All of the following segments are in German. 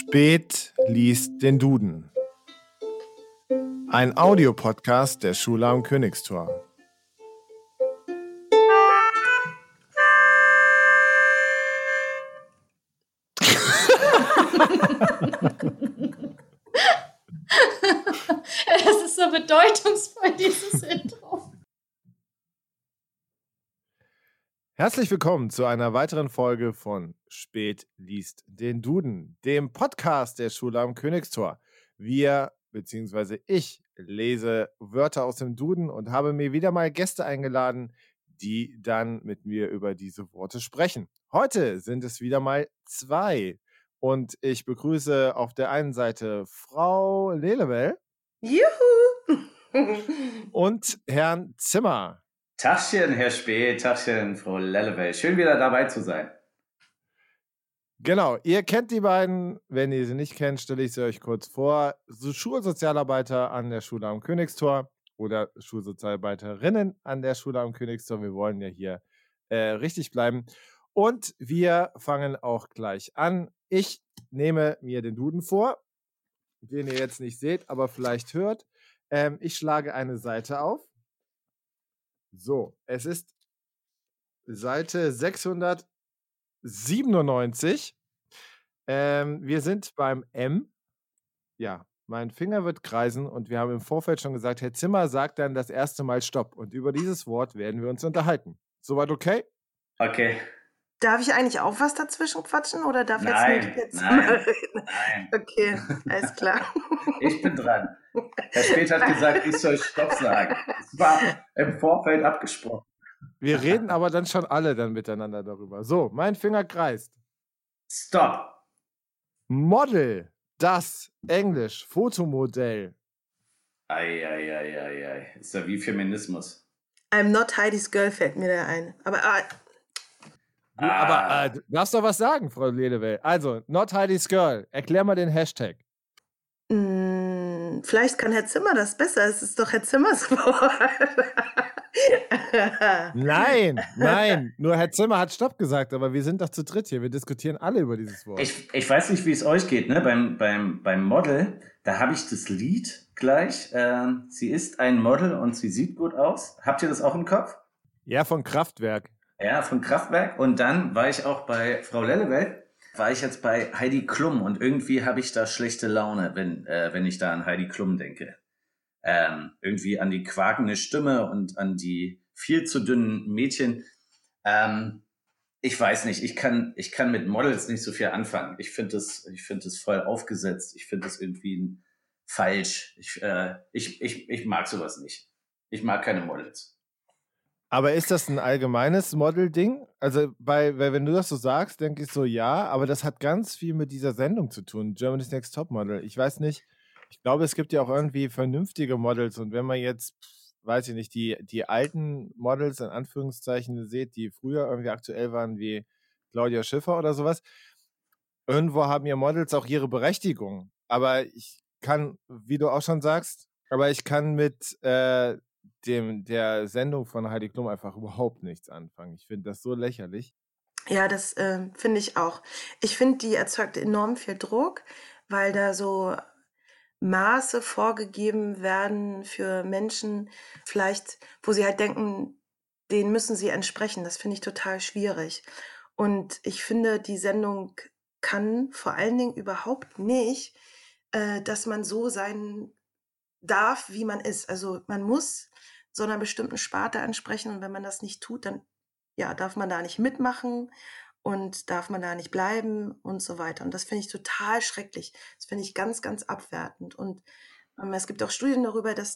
Spät liest den Duden. Ein Audiopodcast der Schule am Königstor. Es ist so bedeutungsvoll, dieses Intro. Herzlich willkommen zu einer weiteren Folge von Spät liest den Duden, dem Podcast der Schule am Königstor. Wir, beziehungsweise ich, lese Wörter aus dem Duden und habe mir wieder mal Gäste eingeladen, die dann mit mir über diese Worte sprechen. Heute sind es wieder mal 2 und ich begrüße auf der einen Seite Frau Lelewel Juhu! und Herrn Zimmer. Tachchen, Herr Spee, Tachchen, Frau Lellewel. Schön wieder dabei zu sein. Genau, ihr kennt die beiden. Wenn ihr sie nicht kennt, stelle ich sie euch kurz vor. So Schulsozialarbeiter an der Schule am Königstor oder Schulsozialarbeiterinnen an der Schule am Königstor. Wir wollen ja hier richtig bleiben. Und wir fangen auch gleich an. Ich nehme mir den Duden vor, den ihr jetzt nicht seht, aber vielleicht hört. Ich schlage eine Seite auf. So, es ist Seite 697. Wir sind beim M. Ja, mein Finger wird kreisen und wir haben im Vorfeld schon gesagt, Herr Zimmer sagt dann das erste Mal Stopp. Und über dieses Wort werden wir uns unterhalten. Soweit okay? Okay. Darf ich eigentlich auch was dazwischen quatschen oder darf Nein, jetzt nein. Okay, alles klar. Ich bin dran. Herr Speth hat gesagt, ich soll Stopp sagen. Es war im Vorfeld abgesprochen. Wir reden aber dann schon alle dann miteinander darüber. So, mein Finger kreist. Stop. Model, das Englisch, Fotomodell. Ei. Ist ja wie Feminismus. I'm not Heidi's Girl fällt mir da ein. Aber Du darfst doch was sagen, Frau Ledewell. Also, not Heidi's Girl. Erklär mal den Hashtag. vielleicht kann Herr Zimmer das besser. Es ist doch Herr Zimmers Wort. Nein. Nur Herr Zimmer hat Stopp gesagt, aber wir sind doch zu dritt hier. Wir diskutieren alle über dieses Wort. Ich weiß nicht, wie es euch geht, ne? Beim Model, da habe ich das Lied gleich. Sie ist ein Model und sie sieht gut aus. Habt ihr das auch im Kopf? Ja, von Kraftwerk. Ja, von Kraftwerk. Und dann war ich auch bei Frau Lellewel, war ich jetzt bei Heidi Klum und irgendwie habe ich da schlechte Laune, wenn ich da an Heidi Klum denke. Irgendwie an die quakende Stimme und an die viel zu dünnen Mädchen. Ich weiß nicht, ich kann mit Models nicht so viel anfangen. Ich finde das voll aufgesetzt. Ich finde das irgendwie falsch. Ich mag sowas nicht. Ich mag keine Models. Aber ist das ein allgemeines Model-Ding? Also, weil wenn du das so sagst, denke ich so, ja, aber das hat ganz viel mit dieser Sendung zu tun, Germany's Next Topmodel. Ich weiß nicht, ich glaube, es gibt ja auch irgendwie vernünftige Models und wenn man jetzt, weiß ich nicht, die alten Models in Anführungszeichen sieht, die früher irgendwie aktuell waren, wie Claudia Schiffer oder sowas, irgendwo haben ja Models auch ihre Berechtigung. Aber ich kann, wie du auch schon sagst, mit der Sendung von Heidi Klum einfach überhaupt nichts anfangen. Ich finde das so lächerlich. Ja, das finde ich auch. Ich finde, die erzeugt enorm viel Druck, weil da so Maße vorgegeben werden für Menschen, vielleicht, wo sie halt denken, denen müssen sie entsprechen. Das finde ich total schwierig. Und ich finde, die Sendung kann vor allen Dingen überhaupt nicht, dass man so sein darf, wie man ist. Also man muss so einer bestimmten Sparte ansprechen und wenn man das nicht tut, dann ja, darf man da nicht mitmachen und darf man da nicht bleiben und so weiter. Und das finde ich total schrecklich. Das finde ich ganz, ganz abwertend. Und es gibt auch Studien darüber, dass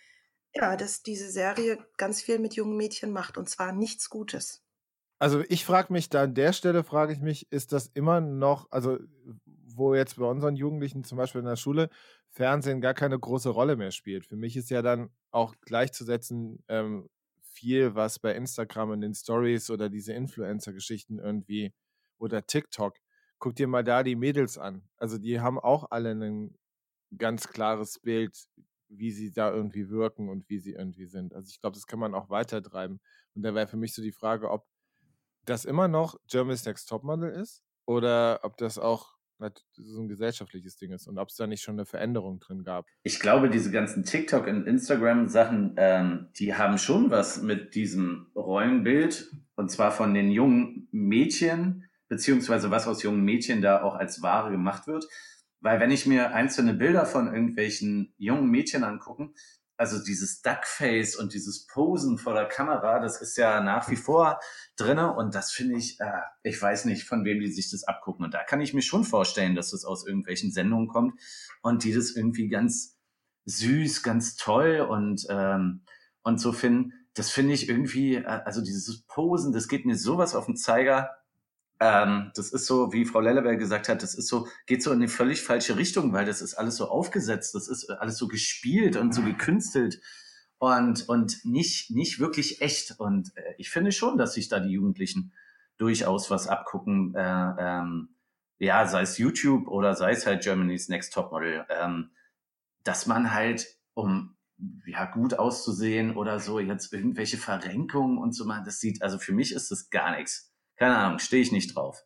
diese Serie ganz viel mit jungen Mädchen macht und zwar nichts Gutes. Also ich frage mich da an der Stelle, ist das immer noch, also wo jetzt bei unseren Jugendlichen zum Beispiel in der Schule Fernsehen gar keine große Rolle mehr spielt. Für mich ist ja dann auch gleichzusetzen viel, was bei Instagram in den Stories oder diese Influencer-Geschichten irgendwie oder TikTok. Guck dir mal da die Mädels an. Also die haben auch alle ein ganz klares Bild, wie sie da irgendwie wirken und wie sie irgendwie sind. Also ich glaube, das kann man auch weitertreiben. Und da wäre für mich so die Frage, ob das immer noch Germany's Next Topmodel ist oder ob das auch so ein gesellschaftliches Ding ist und ob es da nicht schon eine Veränderung drin gab. Ich glaube, diese ganzen TikTok- und Instagram-Sachen, die haben schon was mit diesem Rollenbild, und zwar von den jungen Mädchen, beziehungsweise was aus jungen Mädchen da auch als Ware gemacht wird. Weil wenn ich mir einzelne Bilder von irgendwelchen jungen Mädchen angucke, also dieses Duckface und dieses Posen vor der Kamera, das ist ja nach wie vor drinne, und das finde ich weiß nicht, von wem die sich das abgucken. Und da kann ich mir schon vorstellen, dass das aus irgendwelchen Sendungen kommt und die das irgendwie ganz süß, ganz toll und so finden. Das finde ich irgendwie, also dieses Posen, das geht mir sowas auf den Zeiger. Das ist so, wie Frau Lelleberg gesagt hat, das ist so, geht so in eine völlig falsche Richtung, weil das ist alles so aufgesetzt, das ist alles so gespielt und so gekünstelt und nicht wirklich echt. Und ich finde schon, dass sich da die Jugendlichen durchaus was abgucken, ja, sei es YouTube oder sei es halt Germany's Next Topmodel, dass man halt, um ja gut auszusehen oder so, jetzt irgendwelche Verrenkungen und so machen, das sieht, also für mich ist das gar nichts. Keine Ahnung, stehe ich nicht drauf.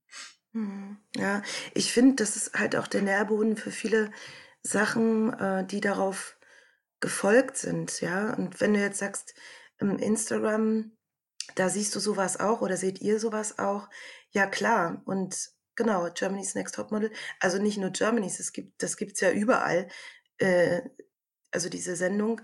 Ja, ich finde, das ist halt auch der Nährboden für viele Sachen, die darauf gefolgt sind, ja. Und wenn du jetzt sagst, Instagram, da siehst du sowas auch oder seht ihr sowas auch? Ja, klar. Und genau, Germany's Next Topmodel, also nicht nur Germany's, das gibt's ja überall. Also diese Sendung,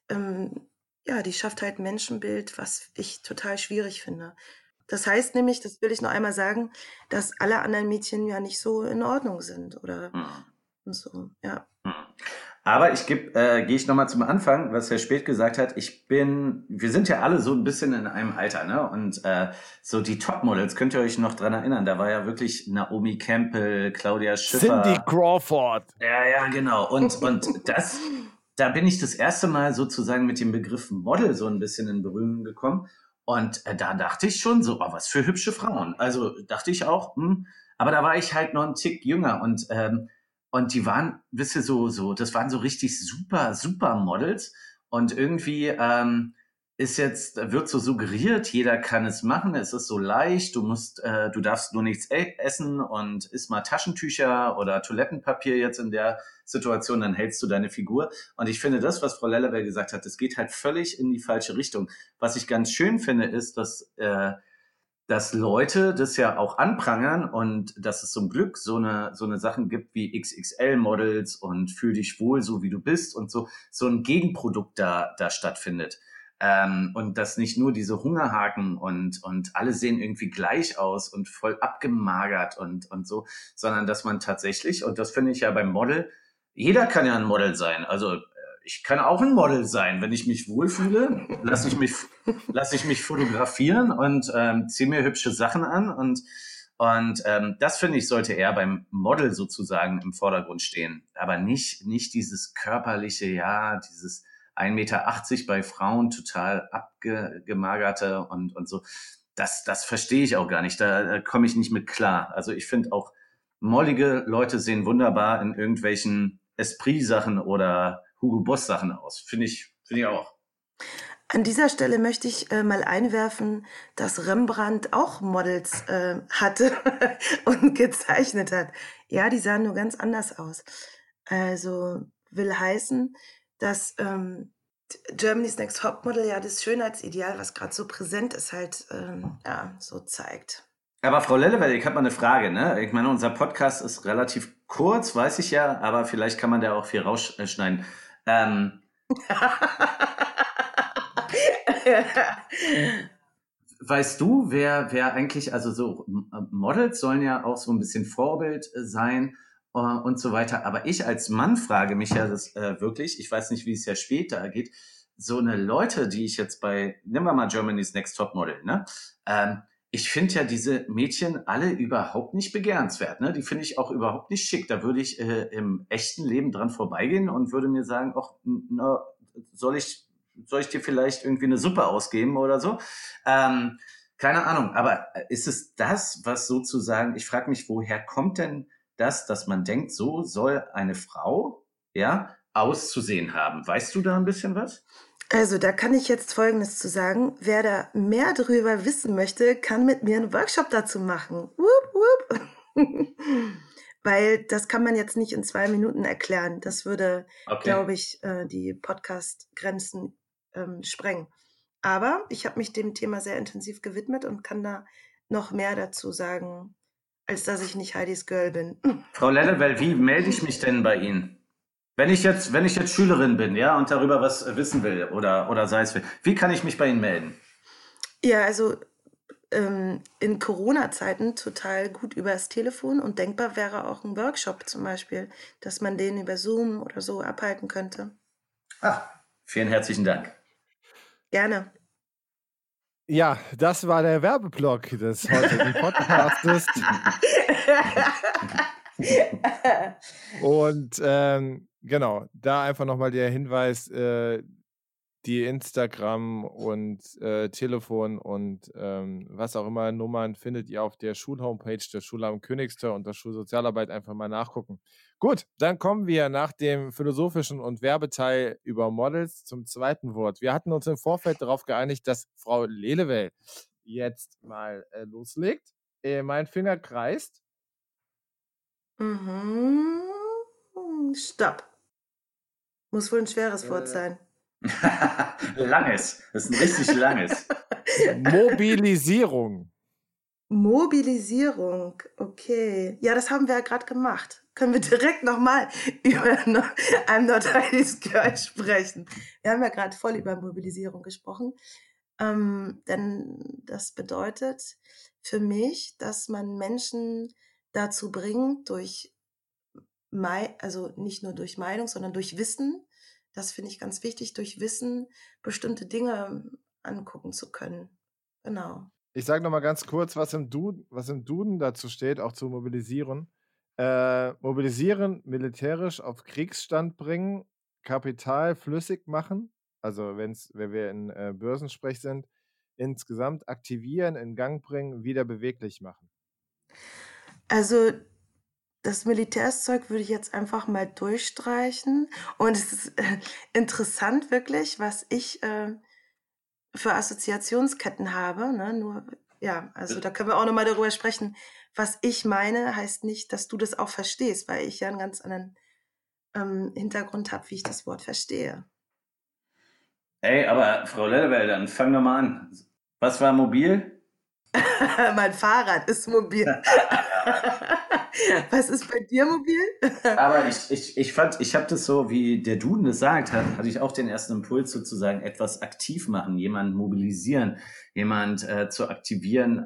ja, die schafft halt ein Menschenbild, was ich total schwierig finde. Das heißt nämlich, das will ich noch einmal sagen, dass alle anderen Mädchen ja nicht so in Ordnung sind oder und so, ja. Aber gehe ich nochmal zum Anfang, was Herr Speth gesagt hat. Wir sind ja alle so ein bisschen in einem Alter, ne? Und so die Topmodels, könnt ihr euch noch dran erinnern? Da war ja wirklich Naomi Campbell, Claudia Schiffer. Cindy Crawford. Ja, genau. Und da bin ich das erste Mal sozusagen mit dem Begriff Model so ein bisschen in Berührung gekommen. Und da dachte ich schon so, was für hübsche Frauen. Also dachte ich auch, aber da war ich halt noch einen Tick jünger und die waren, wisst ihr, das waren so richtig super Models. Und irgendwie wird so suggeriert, jeder kann es machen, es ist so leicht, du darfst nur nichts essen und isst mal Taschentücher oder Toilettenpapier jetzt in der Situation, dann hältst du deine Figur. Und ich finde das, was Frau Lelleberg gesagt hat, das geht halt völlig in die falsche Richtung. Was ich ganz schön finde, ist, dass Leute das ja auch anprangern und dass es zum Glück so eine Sachen gibt wie XXL-Models und fühl dich wohl, so wie du bist und so ein Gegenprodukt da stattfindet. Und dass nicht nur diese Hungerhaken und alle sehen irgendwie gleich aus und voll abgemagert und so, sondern dass man tatsächlich, und das finde ich ja beim Model, jeder kann ja ein Model sein. Also ich kann auch ein Model sein, wenn ich mich wohlfühle, lasse ich mich fotografieren und ziehe mir hübsche Sachen an und das finde ich sollte eher beim Model sozusagen im Vordergrund stehen, aber nicht dieses körperliche, ja, dieses 1,80 Meter bei Frauen total abgemagerte und so. Das verstehe ich auch gar nicht. Da komme ich nicht mit klar. Also ich finde auch mollige Leute sehen wunderbar in irgendwelchen Esprit-Sachen oder Hugo Boss-Sachen aus. Finde ich auch. An dieser Stelle möchte ich mal einwerfen, dass Rembrandt auch Models hatte und gezeichnet hat. Ja, die sahen nur ganz anders aus. Also will heißen, dass Germany's Next Topmodel ja das Schönheitsideal, was gerade so präsent ist, halt ja, so zeigt. Aber Frau Lelleberg, ich habe mal eine Frage, ne? Ich meine, unser Podcast ist relativ kurz, weiß ich ja, aber vielleicht kann man da auch viel rausschneiden. Weißt du, wer eigentlich, also so Models sollen ja auch so ein bisschen Vorbild sein und so weiter. Aber ich als Mann frage mich ja das wirklich, ich weiß nicht, wie es ja später geht, so eine Leute, die ich jetzt nehmen wir mal Germany's Next Topmodel, ne? Ich finde ja diese Mädchen alle überhaupt nicht begehrenswert, ne? Die finde ich auch überhaupt nicht schick. Da würde ich im echten Leben dran vorbeigehen und würde mir sagen, ach, na, soll ich dir vielleicht irgendwie eine Suppe ausgeben oder so? Keine Ahnung, aber ist es das, was sozusagen, ich frage mich, woher kommt denn das, dass man denkt, so soll eine Frau, ja, auszusehen haben? Weißt du da ein bisschen was? Also da kann ich jetzt Folgendes zu sagen. Wer da mehr darüber wissen möchte, kann mit mir einen Workshop dazu machen. Wupp, wupp. weil das kann man jetzt nicht in 2 Minuten erklären. Das würde, Okay. glaube ich, die Podcast-Grenzen sprengen. Aber ich habe mich dem Thema sehr intensiv gewidmet und kann da noch mehr dazu sagen, als dass ich nicht Heidis Girl bin. Frau Lellewell, wie melde ich mich denn bei Ihnen? Wenn ich jetzt Schülerin bin, ja, und darüber was wissen will oder sei es will, wie kann ich mich bei Ihnen melden? Ja, also in Corona-Zeiten total gut übers Telefon und denkbar wäre auch ein Workshop zum Beispiel, dass man den über Zoom oder so abhalten könnte. Vielen herzlichen Dank. Gerne. Ja, das war der Werbeblock des heutigen Podcastes. Und genau, da einfach nochmal der Hinweis, die Instagram und Telefon und was auch immer Nummern findet ihr auf der Schulhomepage der Schule am Königstor und der Schulsozialarbeit, einfach mal nachgucken. Gut, dann kommen wir nach dem philosophischen und Werbeteil über Models zum zweiten Wort. Wir hatten uns im Vorfeld darauf geeinigt, dass Frau Lelewell jetzt mal loslegt. Mein Finger kreist. Stopp. Muss wohl ein schweres Wort sein. Langes. Das ist ein richtig langes. Mobilisierung. Mobilisierung, okay. Ja, das haben wir ja gerade gemacht. Können wir direkt nochmal über I'm Not Heidi's Girl sprechen. Wir haben ja gerade voll über Mobilisierung gesprochen. Denn das bedeutet für mich, dass man Menschen dazu bringt, also nicht nur durch Meinung, sondern durch Wissen, das finde ich ganz wichtig, durch Wissen bestimmte Dinge angucken zu können. Genau. Ich sage nochmal ganz kurz, was im Duden dazu steht, auch zu mobilisieren. Mobilisieren, militärisch auf Kriegsstand bringen, Kapital flüssig machen, also wenn wir in Börsensprech sind, insgesamt aktivieren, in Gang bringen, wieder beweglich machen. Also das Militärszeug würde ich jetzt einfach mal durchstreichen. Und es ist interessant wirklich, was ich für Assoziationsketten habe. Ne? Also da können wir auch nochmal darüber sprechen. Was ich meine, heißt nicht, dass du das auch verstehst, weil ich ja einen ganz anderen Hintergrund habe, wie ich das Wort verstehe. Ey, aber Frau Lellewell, dann fang doch mal an. Was war mobil? Mein Fahrrad ist mobil. Was ist bei dir mobil? Aber ich fand, ich habe das so, wie der Duden das sagt, hatte ich auch den ersten Impuls sozusagen, etwas aktiv machen, jemanden mobilisieren, jemand zu aktivieren.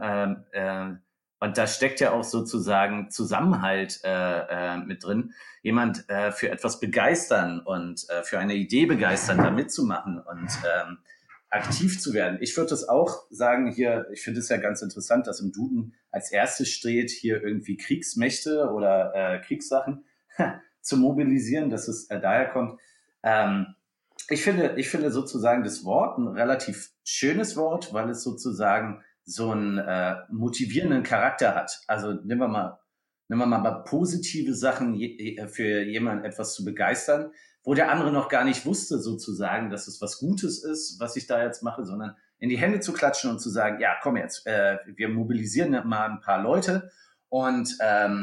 Und da steckt ja auch sozusagen Zusammenhalt mit drin. Jemand für etwas begeistern und für eine Idee begeistern, da mitzumachen und aktiv zu werden. Ich würde das auch sagen hier, ich finde es ja ganz interessant, dass im Duden als erstes steht, hier irgendwie Kriegsmächte oder Kriegssachen zu mobilisieren, dass es daher kommt. Ich finde sozusagen das Wort ein relativ schönes Wort, weil es sozusagen so einen motivierenden Charakter hat. Also nehmen wir mal positive Sachen für jemanden etwas zu begeistern, wo der andere noch gar nicht wusste sozusagen, dass es was Gutes ist, was ich da jetzt mache, sondern in die Hände zu klatschen und zu sagen, ja, komm jetzt, wir mobilisieren mal ein paar Leute und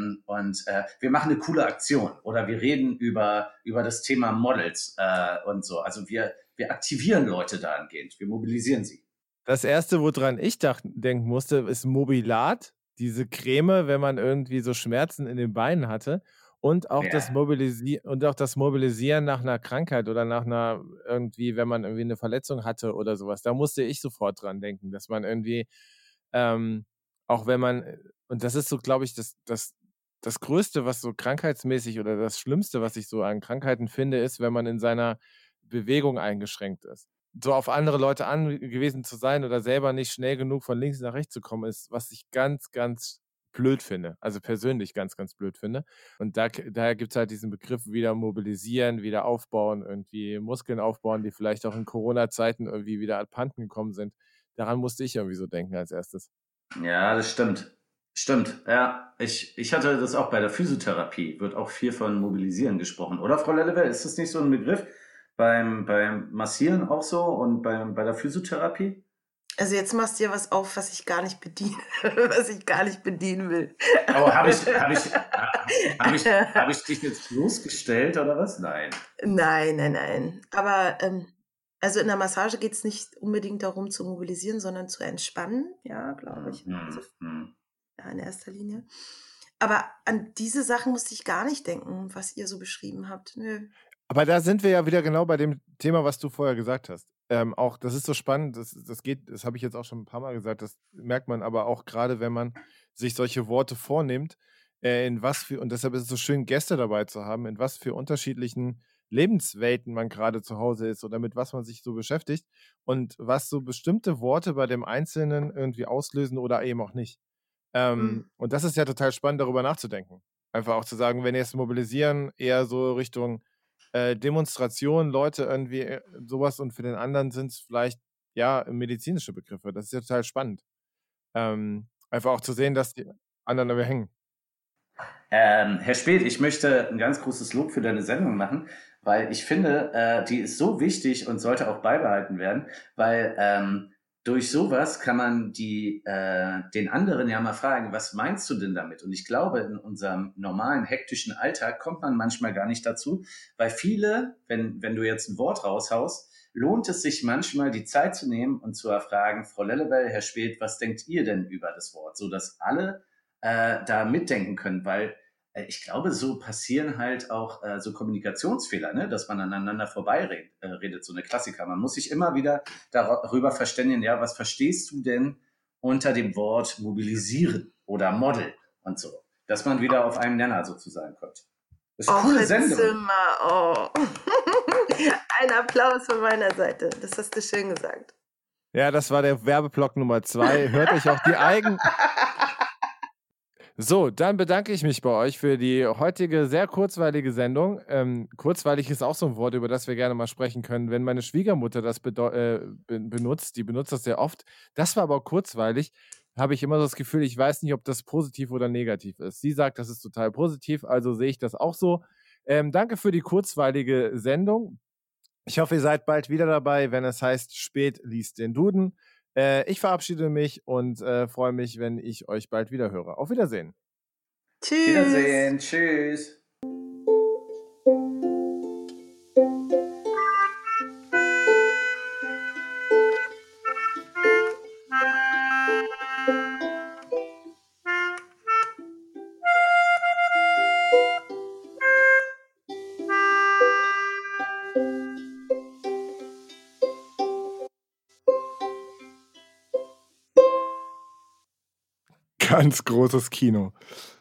wir machen eine coole Aktion oder wir reden über das Thema Models und so. Also wir aktivieren Leute dahingehend, wir mobilisieren sie. Das Erste, woran ich denken musste, ist Mobilat, diese Creme, wenn man irgendwie so Schmerzen in den Beinen hatte. Und auch, das Mobilisieren nach einer Krankheit oder nach einer irgendwie, wenn man irgendwie eine Verletzung hatte oder sowas. Da musste ich sofort dran denken, dass man irgendwie, auch wenn man, und das ist so, glaube ich, das Größte, was so krankheitsmäßig oder das Schlimmste, was ich so an Krankheiten finde, ist, wenn man in seiner Bewegung eingeschränkt ist. So auf andere Leute angewiesen zu sein oder selber nicht schnell genug von links nach rechts zu kommen, ist, was ich ganz, ganz blöd finde. Also persönlich ganz, ganz blöd finde. Und daher gibt es halt diesen Begriff wieder mobilisieren, wieder aufbauen, irgendwie Muskeln aufbauen, die vielleicht auch in Corona-Zeiten irgendwie wieder abhanden gekommen sind. Daran musste ich irgendwie so denken als erstes. Ja, das stimmt. Stimmt, ja. Ich hatte das auch bei der Physiotherapie, wird auch viel von Mobilisieren gesprochen. Oder, Frau Lellewell, ist das nicht so ein Begriff beim Massieren auch so und bei der Physiotherapie? Also jetzt machst du dir was auf, was ich gar nicht bediene, was ich gar nicht bedienen will. Oh, hab ich dich jetzt bloßgestellt oder was? Nein. Nein. Aber also in der Massage geht es nicht unbedingt darum zu mobilisieren, sondern zu entspannen, ja, glaube ich. Also ja, in erster Linie. Aber an diese Sachen musste ich gar nicht denken, was ihr so beschrieben habt. Nö. Aber da sind wir ja wieder genau bei dem Thema, was du vorher gesagt hast. Auch das ist so spannend, das habe ich jetzt auch schon ein paar Mal gesagt, das merkt man aber auch gerade, wenn man sich solche Worte vornimmt, und deshalb ist es so schön, Gäste dabei zu haben, in was für unterschiedlichen Lebenswelten man gerade zu Hause ist oder mit was man sich so beschäftigt und was so bestimmte Worte bei dem Einzelnen irgendwie auslösen oder eben auch nicht. Und das ist ja total spannend, darüber nachzudenken. Einfach auch zu sagen, wenn jetzt mobilisieren, eher so Richtung Demonstration, Leute irgendwie sowas und für den anderen sind es vielleicht ja medizinische Begriffe. Das ist ja total spannend. Einfach auch zu sehen, dass die anderen dabei hängen. Herr Speth, ich möchte ein ganz großes Lob für deine Sendung machen, weil ich finde, die ist so wichtig und sollte auch beibehalten werden, weil durch sowas kann man den anderen ja mal fragen, was meinst du denn damit? Und ich glaube, in unserem normalen, hektischen Alltag kommt man manchmal gar nicht dazu, weil viele, wenn du jetzt ein Wort raushaust, lohnt es sich manchmal, die Zeit zu nehmen und zu erfragen, Frau Lellebell, Herr Speth, was denkt ihr denn über das Wort? So dass alle da mitdenken können, weil ich glaube, so passieren halt auch so Kommunikationsfehler, ne? Dass man aneinander vorbeiredet, so eine Klassiker. Man muss sich immer wieder darüber verständigen, ja, was verstehst du denn unter dem Wort mobilisieren oder Model und so, dass man wieder auf einem Nenner sozusagen kommt. Das ist eine coole Sendung. Zimmer, oh. Ein Applaus von meiner Seite, das hast du schön gesagt. Ja, das war der Werbeblock Nummer 2. Hört euch auch die So, dann bedanke ich mich bei euch für die heutige sehr kurzweilige Sendung. Kurzweilig ist auch so ein Wort, über das wir gerne mal sprechen können. Wenn meine Schwiegermutter das benutzt, die benutzt das sehr oft. Das war aber kurzweilig, habe ich immer so das Gefühl, ich weiß nicht, ob das positiv oder negativ ist. Sie sagt, das ist total positiv, also sehe ich das auch so. Danke für die kurzweilige Sendung. Ich hoffe, ihr seid bald wieder dabei, wenn es heißt, Spät liest den Duden. Ich verabschiede mich und freue mich, wenn ich euch bald wieder höre. Auf Wiedersehen. Tschüss. Wiedersehen. Tschüss. Ganz großes Kino.